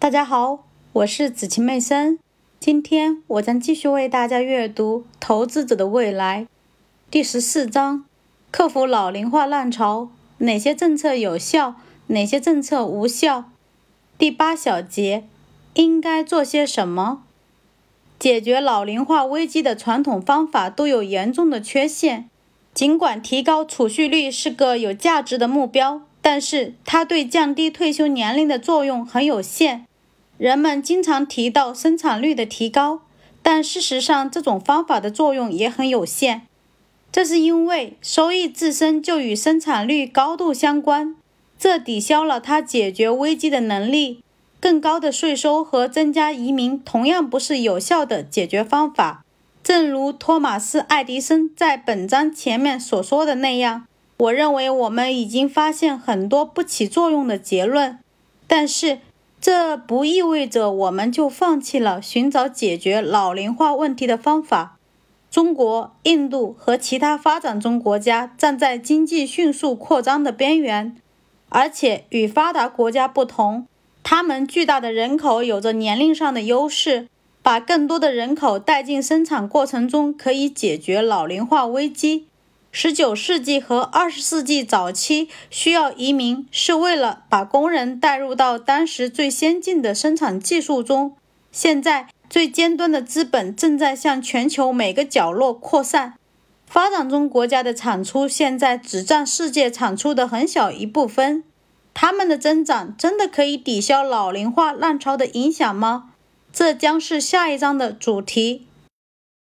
大家好，我是子晴妹生。今天我将继续为大家阅读《投资者的未来》第14章：克服老龄化浪潮，哪些政策有效，哪些政策无效？第8小节：应该做些什么？解决老龄化危机的传统方法都有严重的缺陷。尽管提高储蓄率是个有价值的目标，但是它对降低退休年龄的作用很有限。人们经常提到生产率的提高，但事实上这种方法的作用也很有限。这是因为收益自身就与生产率高度相关，这抵消了它解决危机的能力。更高的税收和增加移民同样不是有效的解决方法。正如托马斯·爱迪生在本章前面所说的那样，我认为我们已经发现很多不起作用的结论，但是这不意味着我们就放弃了寻找解决老龄化问题的方法。中国、印度和其他发展中国家站在经济迅速扩张的边缘，而且与发达国家不同，他们巨大的人口有着年龄上的优势，把更多的人口带进生产过程中可以解决老龄化危机。19世纪和20世纪早期需要移民，是为了把工人带入到当时最先进的生产技术中。现在最尖端的资本正在向全球每个角落扩散。发展中国家的产出现在只占世界产出的很小一部分。他们的增长真的可以抵消老龄化浪潮的影响吗？这将是下一章的主题。